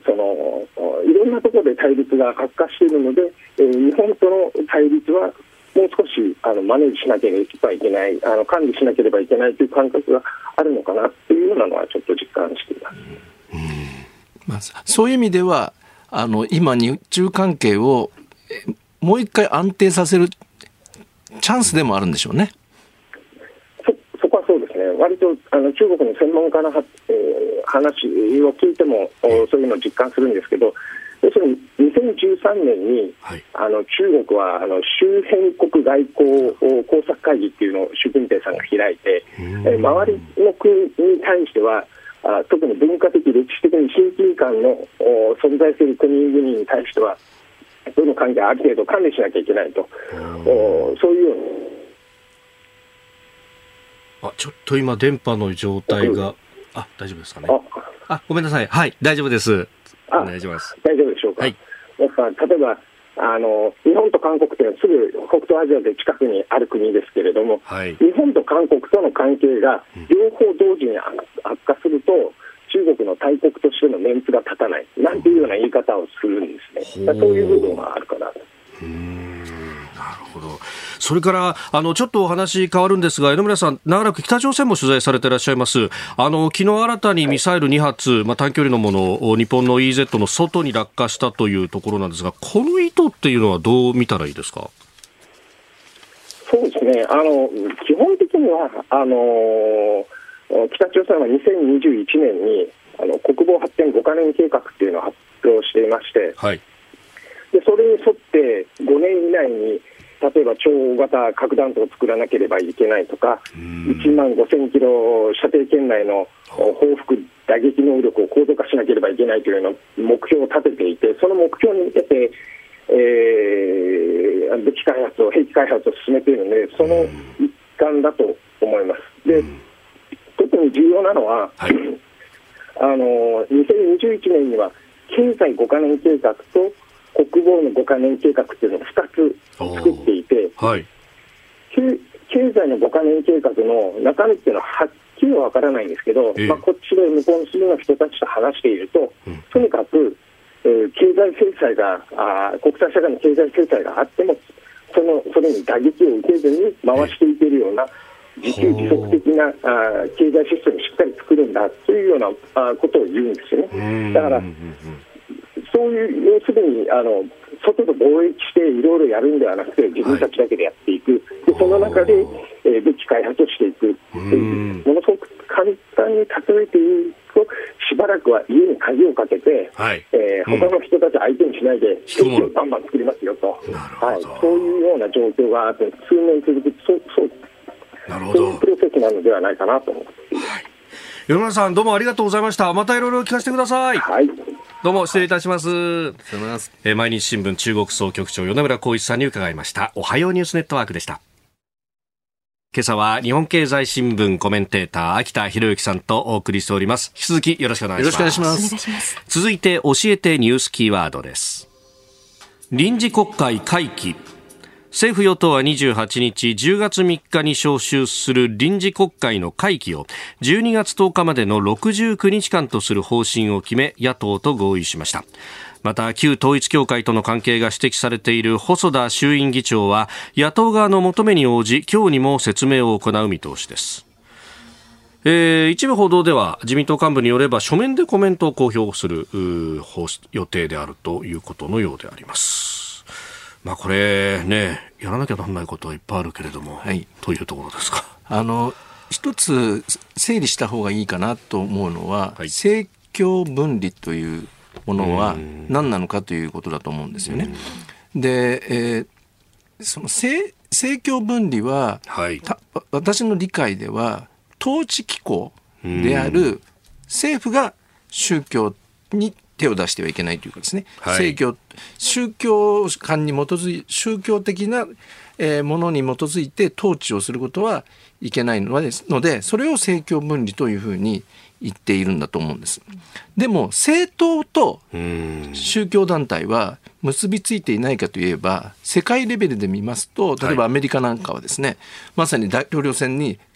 いろんなところで対立が悪化しているので、日本との対立はもう少しマネージしなければいけない、管理しなければいけないという感覚があるのかなというようなのはちょっと実感しています。 そういう意味では今日中関係をもう一回安定させるチャンスでもあるんでしょうね。 そこはそうですね。割と中国の専門家の話を聞いてもそういうのを実感するんですけど、要するに2013年に、中国は周辺国外交工作会議っていうのを習近平さんが開いて、周りの国に対しては特に文化的歴史的に親近感の存在する国々に対してはどの関係ある程度管理しなきゃいけないと、そういうようにちょっと今電波の状態が大丈夫ですかね。ごめんなさい。はい、大丈夫です。お願いします。 大丈夫でしょうか。 はい、 例えば日本と韓国というのはすぐ北東アジアで近くにある国ですけれども、 はい、 日本と韓国との関係が両方同時に悪化すると、中国の大国としてのメンツが立たないなんていうような言い方をするんですね。そういう部分があるかなと。 なるほど。それからちょっとお話変わるんですが、榎村さん、長らく北朝鮮も取材されていらっしゃいます。昨日新たにミサイル2発、短距離のものを日本の EEZ の外に落下したというところなんですが、この意図っていうのはどう見たらいいですか。 そうですね、基本的には北朝鮮は2021年に国防発展5カ年計画っていうのを発表していまして、 はい、 でそれに沿って5年以内に例えば超大型核弾頭を作らなければいけないとか、1万5000キロ射程圏内の報復打撃能力を高度化しなければいけないというような目標を立てていて、その目標に向けて、武器開発を兵器開発を進めているので、その一環だと思います。で特に重要なのは、はい、2021年には経済5カ年計画と国防の5カ年計画というのを2つ作っていて、はい、経済の5カ年計画の中身というのははっきりは分からないんですけど、こっちで向こうの国の人たちと話していると、とにかく、経済制裁が国際社会の経済制裁があってもそれに打撃を受けずに回していけるような自給自足的な経済システムをしっかり作るんだというようなことを言うんですよね。だからそういう要するに外と貿易していろいろやるんではなくて自分たちだけでやっていく、でその中で、武器開発をしていくというものすごく簡単に例えて言うと、しばらくは家に鍵をかけて、他の人たち相手にしないで兵器をバンバン作りますよと、そういうような状況が数年続くそういうプロセスなのではないかなと思います。 米村さん、どうもありがとうございました。またいろいろ聞かせてください。 はい、 どうも失礼いたします。毎日新聞中国総局長米村光一さんに伺いました。おはようニュースネットワークでした。今朝は日本経済新聞コメンテーター秋田博之さんとお送りしております。引き続きよろしくお願いします。 よろしくお願いします。 続いて教えてニュースキーワードです。臨時国会会期。政府与党は28日10月3日に召集する臨時国会の会期を12月10日までの69日間とする方針を決め、野党と合意しました。また旧統一教会との関係が指摘されている細田衆院議長は野党側の求めに応じ今日にも説明を行う見通しです。一部報道では自民党幹部によれば書面でコメントを公表する予定であるということのようであります。これね、やらなきゃならないことはいっぱいあるけれども、はい、というところですか。 一つ整理した方がいいかなと思うのは、はい、政教分離というものは何なのかということだと思うんですよね。で、その政教分離は、はい、私の理解では統治機構である政府が宗教に手を出してはいけないというかですね、はい、宗教観に基づい宗教的なものに基づいて統治をすることはいけないので、それを政教分離というふうに言っているんだと思うんです。でも政党と宗教団体は結びついていないかといえば、世界レベルで見ますと、例えばアメリカなんかはですね、まさに大統領選に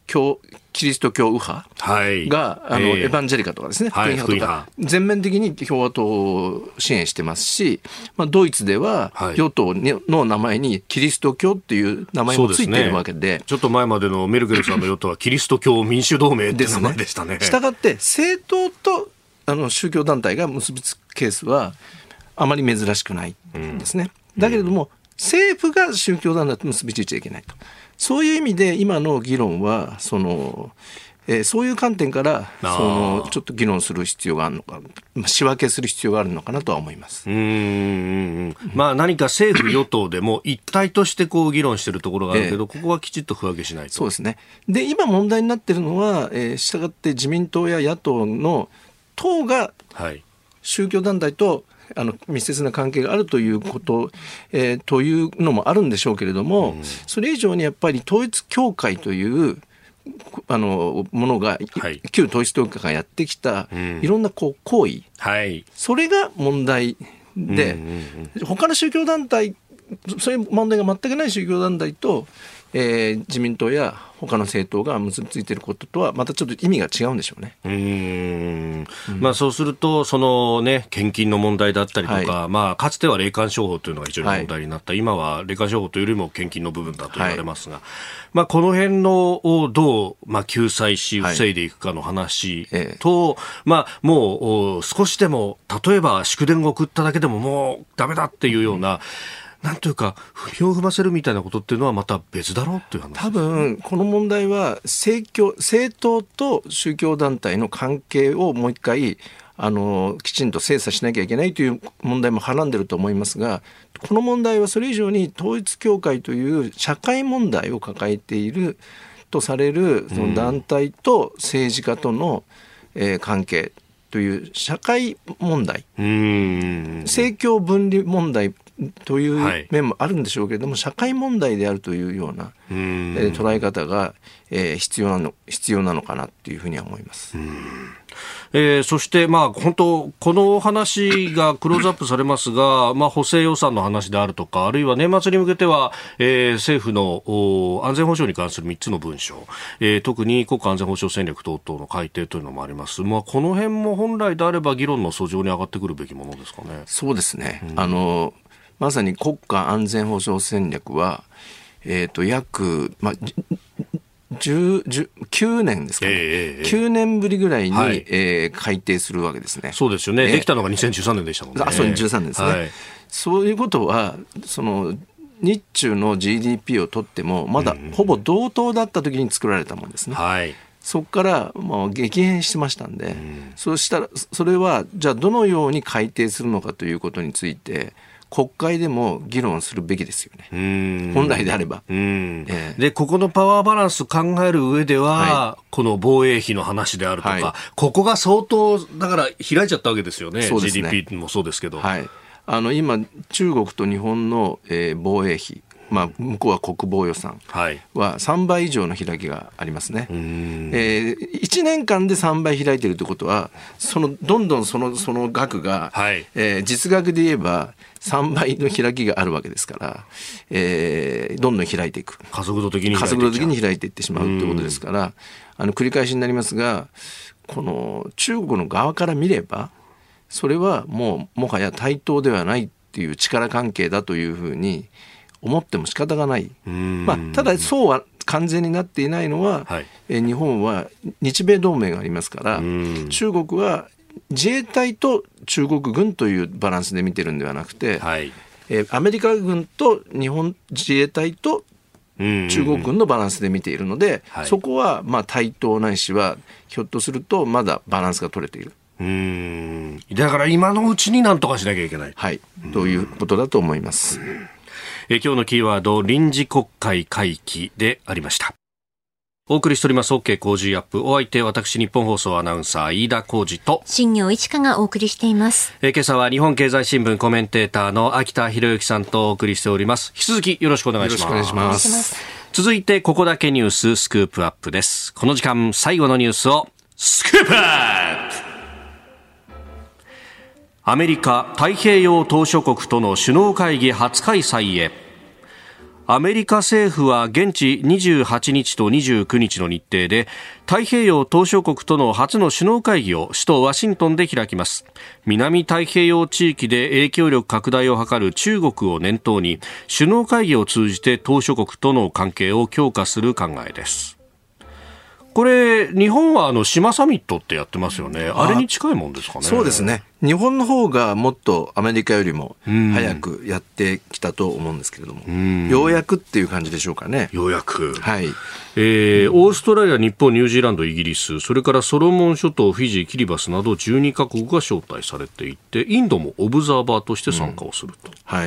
キリスト教右派が、エヴァンジェリカとかですね、福音派とか全面的に共和党を支援してますし、ドイツでは与党の名前にキリスト教っていう名前もついているわけ で、 ちょっと前までのメルケルさんの与党はキリスト教民主同盟って名前でしたね。 したがって政党と宗教団体が結びつくケースはあまり珍しくないんですね、だけれども政府が宗教団体と結びついちゃいけないと、そういう意味で今の議論はそういう観点からちょっと議論する必要があるのか、仕分けする必要があるのかなとは思います。 何か政府与党でも一体として議論しているところがあるけど、ここはきちっと区分けしないと。 そうですね。で今問題になっているのは、したがって自民党や野党の党が宗教団体と密接な関係があるということ、というのもあるんでしょうけれども、それ以上にやっぱり統一教会というものが、旧統一教会がやってきたいろんな行為、それが問題で、他の宗教団体、そういう問題が全くない宗教団体と、自民党や他の政党が結びついていることとはまたちょっと意味が違うんでしょうね。 そうすると献金の問題だったりとか、かつては霊感商法というのが非常に問題になった、今は霊感商法というよりも献金の部分だと言われますが、この辺のをどう、救済し防いでいくかの話と、もう少しでも例えば祝電を送っただけでももうダメだっていうような、なんというか不評を踏ませるみたいなことっていうのはまた別だろうという話です。 多分この問題は政党と宗教団体の関係をもう一回きちんと精査しなきゃいけないという問題もはらんでると思いますが、この問題はそれ以上に統一教会という社会問題を抱えているとされるその団体と政治家との、関係という社会問題、政教分離問題という面もあるんでしょうけれども、社会問題であるというような捉え方が必要なのかなというふうには思います。 そして本当この話がクローズアップされますが、補正予算の話であるとか、あるいは年末に向けては、政府の安全保障に関する3つの文書、特に国家安全保障戦略等々の改定というのもあります。この辺も本来であれば議論の訴状に上がってくるべきものですかね。 そうですね、まさに国家安全保障戦略は、約、9年ですかね、9年ぶりぐらいに、改定するわけですね。 そうですよね、できたのが2013年でしたもんね。 そう13年ですね、そういうことは日中の GDP を取ってもまだほぼ同等だった時に作られたものですね、そこからもう激変してましたんで、そうしたらそれはじゃあどのように改定するのかということについて国会でも議論するべきですよね、本来であれば。 でここのパワーバランス考える上では、この防衛費の話であるとか、ここが相当だから開いちゃったわけですよね。 そうですね、 GDP もそうですけど、 今中国と日本の、防衛費、向こうは国防予算は3倍以上の開きがありますね。1年間で3倍開いているということはどんどんその額が、実額で言えば3倍の開きがあるわけですから、どんどん開いていく、加速度的に開いていってしまうということですから、繰り返しになりますが、この中国の側から見ればそれはもはや対等ではないっていう力関係だというふうに思っても仕方がない。ただそうは完全になっていないのは、日本は日米同盟がありますから、中国は自衛隊と中国軍というバランスで見てるんではなくて、アメリカ軍と日本自衛隊と中国軍のバランスで見ているので、そこは対等ないしはひょっとするとまだバランスが取れている。 だから今のうちに何とかしなきゃいけない、 ということだと思います。 今日のキーワード、臨時国会会期でありました。お送りしております OK 工事アップ。お相手、私日本放送アナウンサー飯田浩司と新業一華がお送りしています。 今朝は日本経済新聞コメンテーターの秋田博之さんとお送りしております。引き続きよろしくお願いします。 よろしくお願いします。 続いてここだけニューススクープアップです。この時間最後のニュースをスクープアップ。アメリカ太平洋島諸国との首脳会議初開催へ。 アメリカ政府は現地28日と29日の日程で太平洋島しょ国との初の首脳会議を首都ワシントンで開きます。南太平洋地域で影響力拡大を図る中国を念頭に首脳会議を通じて島しょ国との関係を強化する考えです。これ日本は島サミットってやってますよね。あれに近いもんですかね。 そうですね。日本の方がもっとアメリカよりも早くやってきたと思うんですけれども、ようやくっていう感じでしょうかね。 ようやく、 はい。 オーストラリア、日本、ニュージーランド、イギリス、それからソロモン諸島、フィジー、キリバスなど12カ国が招待されていて、インドもオブザーバーとして参加をすると、 はい。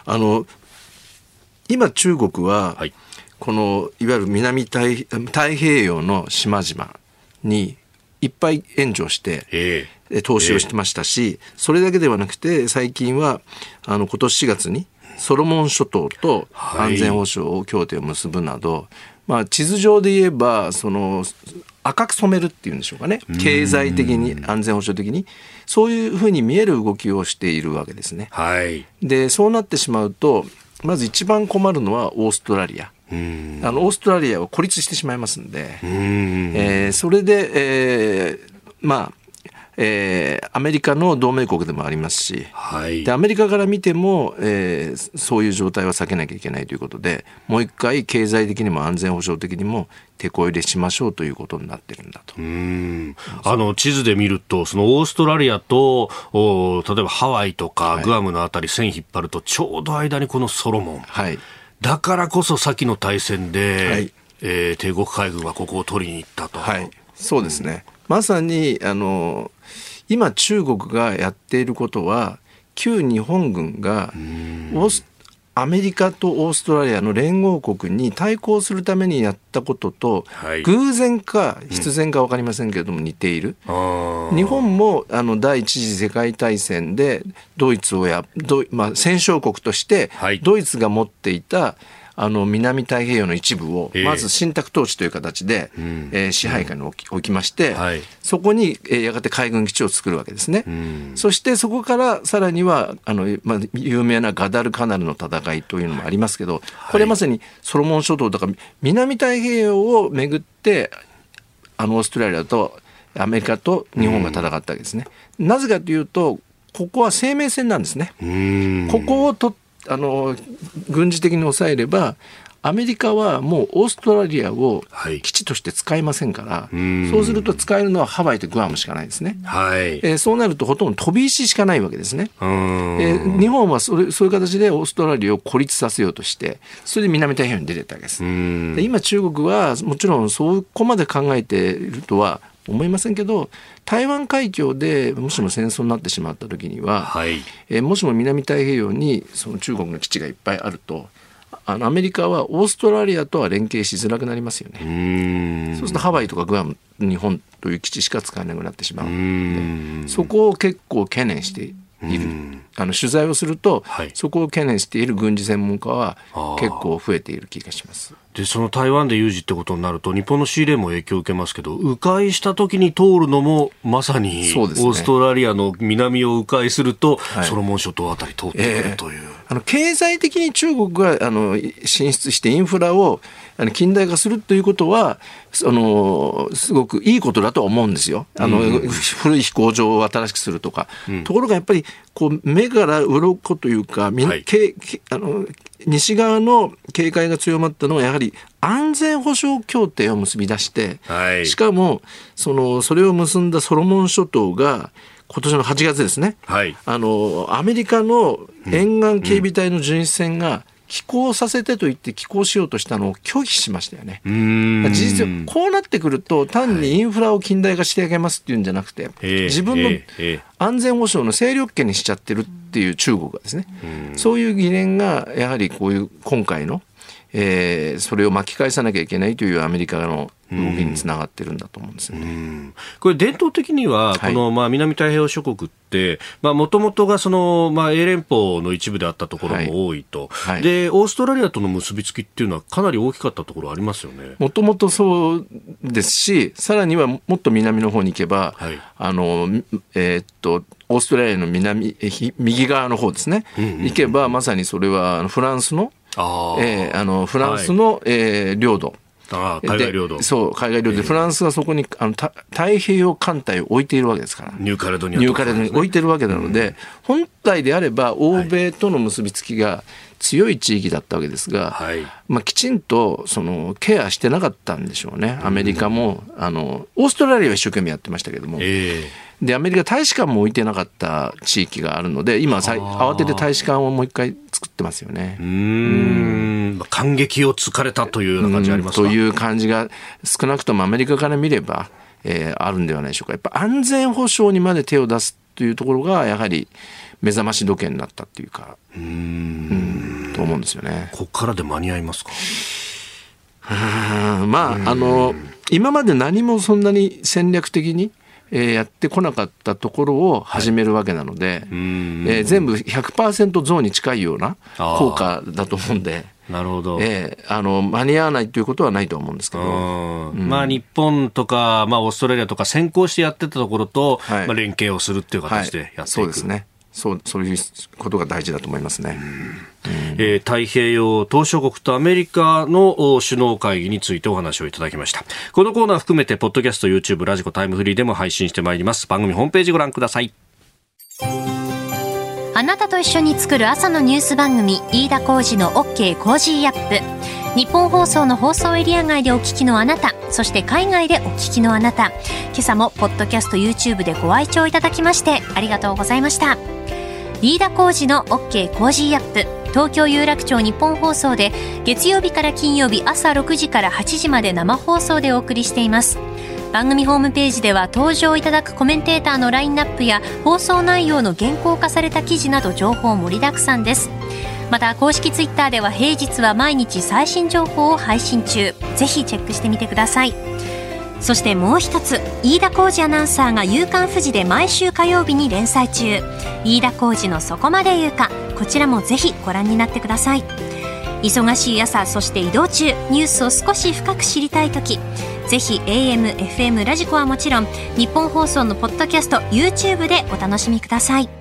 今中国は、はい、このいわゆる南太平洋の島々にいっぱい援助して投資をしてましたし、それだけではなくて最近は今年4月にソロモン諸島と安全保障協定を結ぶなど、地図上で言えば赤く染めるっていうんでしょうかね。経済的に安全保障的にそういうふうに見える動きをしているわけですね。 はい、 でそうなってしまうとまず一番困るのはオーストラリア。オーストラリアは孤立してしまいますんで、それで、アメリカの同盟国でもありますし、はい、でアメリカから見ても、そういう状態は避けなきゃいけないということでもう一回経済的にも安全保障的にも手こ入れしましょうということになってるんだと。 地図で見るとそのオーストラリアと例えばハワイとかグアムのあたり線引っ張るとちょうど間にこのソロモン、はい、だからこそ先の大戦で、はい、帝国海軍はここを取りに行ったと、 はい、そうですね。まさに今中国がやっていることは旧日本軍がアメリカとオーストラリアの連合国に対抗するためにやったことと、はい、偶然か必然か分かりませんけれども似ている、日本も第一次世界大戦でドイツを戦勝国としてドイツが持っていた南太平洋の一部をまず信託統治という形で、支配下に置きまして、はい、そこにやがて海軍基地を作るわけですね。そしてそこからさらには有名なガダルカナルの戦いというのもありますけど、これまさにソロモン諸島とか南太平洋をめぐってオーストラリアとアメリカと日本が戦ったわけですね。なぜかというとここは生命線なんですね。ここを軍事的に抑えればアメリカはもうオーストラリアを基地として使いませんから、はい、そうすると使えるのはハワイとグアムしかないですね。はい、そうなるとほとんど飛び石しかないわけですね。日本はそういう形でオーストラリアを孤立させようとしてそれで南太平洋に出てったわけです。で今中国はもちろんそこまで考えているとは思いませんけど台湾海峡でもしも戦争になってしまった時には、はい、もしも南太平洋にその中国の基地がいっぱいあるとアメリカはオーストラリアとは連携しづらくなりますよね。そうするとハワイとかグアム日本という基地しか使えなくなってしまうのでそこを結構懸念している。取材をすると、はい、そこを懸念している軍事専門家は結構増えている気がします。 でその台湾で有事ってことになると日本のシーレーンも影響を受けますけど迂回した時に通るのもまさにオーストラリアの南を迂回すると、はい、ソロモン諸島あたり通ってくるという、 経済的に中国が進出してインフラを近代化するということはすごくいいことだとは思うんですよ。古い飛行場を新しくするとか、ところがやっぱりこう目から鱗というか、はい、西側の警戒が強まったのはやはり安全保障協定を結び出して、はい、しかもそれを結んだソロモン諸島が今年の8月ですね、はい、アメリカの沿岸警備隊の巡視船が寄港させてと言って寄港しようとしたのを拒否しましたよね。事実こうなってくると単にインフラを近代化してあげますっていうんじゃなくて、自分の安全保障の勢力圏にしちゃってるっていう中国がですね、そういう疑念がやはりこういう今回のそれを巻き返さなきゃいけないというアメリカの動きにつながってるんだと思うんですよね。 これ伝統的にはこの南太平洋諸国ってもともとが英連邦の一部であったところも多いと、はいはい、でオーストラリアとの結びつきっていうのはかなり大きかったところありますよね。 もともとそうですしさらにはもっと南の方に行けば、はい、オーストラリアの右側の方ですね、行けばまさにそれはフランスのフランスの、領土。 海外領土。 そう、海外領土で、フランスがそこに太平洋艦隊を置いているわけですから。 ニューカレドニアに置いているわけなので、本来であれば欧米との結びつきが強い地域だったわけですが、きちんとケアしてなかったんでしょうね。アメリカもオーストラリアは一生懸命やってましたけども、でアメリカ大使館も置いてなかった地域があるので、今慌てて大使館をもう一回作ってますよね。 感激を突かれたというような感じありますか？ という感じが少なくともアメリカから見れば、あるんではないでしょうか。やっぱ安全保障にまで手を出すというところがやはり目覚まし時計になったっていうか、と思うんですよね。 ここからで間に合いますか？ 今まで何もそんなに戦略的にやってこなかったところを始めるわけなので、全部 100% ゾーンに近いような効果だと思うんで、 なるほど。 間に合わないということはないと思うんですけど、 日本とか、オーストラリアとか先行してやってたところと、連携をするっていう形でやっていく。 そうですね。そういうことが大事だと思いますね。 太平洋島しょ国とアメリカの首脳会議についてお話をいただきました。このコーナー含めてポッドキャスト、YouTube、ラジコ、タイムフリーでも配信してまいります。番組ホームページご覧ください。 あなたと一緒に作る朝のニュース番組、飯田浩司の OK コージーアップ。日本放送の放送エリア外でお聞きのあなた、そして海外でお聞きのあなた、今朝もポッドキャスト YouTube でご愛聴いただきましてありがとうございました。飯田浩司の OK コージーアップ、東京有楽町日本放送で月曜日から金曜日朝6時から8時まで生放送でお送りしています。番組ホームページでは登場いただくコメンテーターのラインナップや放送内容の原稿化された記事など情報盛りだくさんです。また公式ツイッターでは平日は毎日最新情報を配信中、ぜひチェックしてみてください。そしてもう一つ、飯田浩司アナウンサーが夕刊フジで毎週火曜日に連載中、飯田浩司のそこまで言うか、こちらもぜひご覧になってください。忙しい朝、そして移動中、ニュースを少し深く知りたいとき、ぜひ AM、FM、ラジコはもちろん日本放送のポッドキャスト、YouTube でお楽しみください。